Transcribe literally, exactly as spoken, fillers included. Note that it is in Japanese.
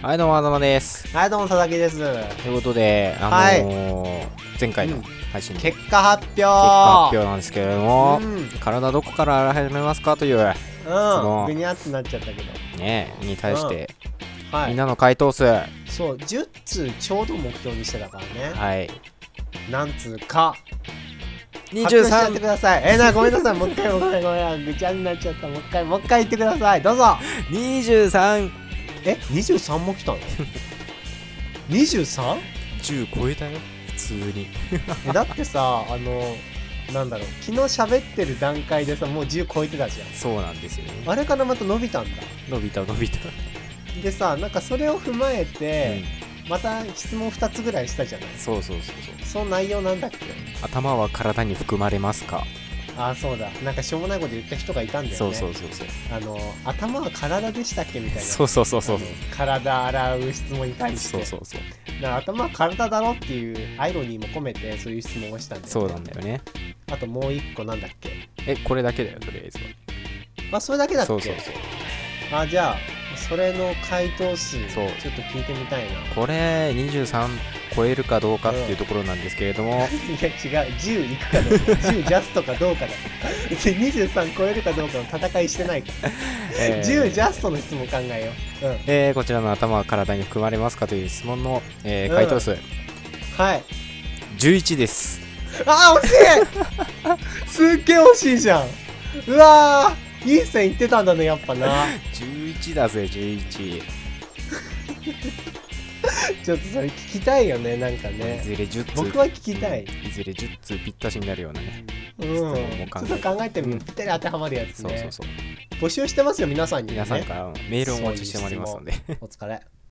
はい、どうも、あざまです。 はい、どうも、佐々木です。 ということで、あのーはい、前回の配信で、 うん、結果発表結果発表なんですけれども、うん、体どこから始めますかという質問、 うん、ぐにゃってなっちゃったけどねに対して、 うんはい、 みんなの回答数そう、じゅっつうちょうど目標にしてたからね。 はい。 なんつうかにじゅうさん発表しちゃってください。えー、な、ごめんなさい。もう一回、ごめんごめん。ぐちゃになっちゃった。もう一回、もう一回言ってください。どうぞ。 にじゅうさん。 え、にじゅうさんも来たのにじゅうさん？ じゅう 超えたよ普通にえだってさ、あのなんだろう、昨日喋ってる段階でさ、もうじゅう超えてたじゃん。 そうなんですよね。 あれからまた伸びたんだ。 伸びた伸びたでさ、なんかそれを踏まえて、うん、また質問ふたつぐらいしたじゃない。 そうそうそうそう。 その内容なんだっけ。 頭は体に含まれますか。 ああ、そうだ、なんかしょうもないこと言った人がいたんだよね。 そうそうそうそう。 あの頭は体でしたっけみたいな。 そうそうそうそう。 体洗う質問に対して。 そうそうそう。 だから頭は体だろっていうアイロニーも込めてそういう質問をしたんだよね。 そうなんだよね。 あともう一個なんだっけ。 え、これだけだよとりあえずは。 まあそれだけだっけ。 そうそうそう。 あ、じゃあそれの回答数ちょっと聞いてみたいな。 これにじゅうさん超えるかどうかっていうところなんですけれども、 うん、いや違う、じゅういくかどうかじゅうジャストかどうかだにじゅうさん超えるかどうかの戦いしてないから、えー、じゅうジャストの質問考えよう、うんえー、こちらの頭は体に含まれますかという質問の、えー、回答数、うん、 はいじゅういちです。 あー惜しいすっげえ惜しいじゃん。うわー、いい線いってたんだねやっぱな。 じゅういちだぜじゅういちちょっとそれ聞きたいよね、なんかね。 いずれじゅっつ僕は聞きたい。 いずれじゅっつぴったしになるようなね、 うん、ちょっと考えてみる、ぴったり当てはまるやつね。 そうそうそう。 募集してますよ皆さんに、ね、 皆さんからメールをお待ちしておりますのでお疲れ。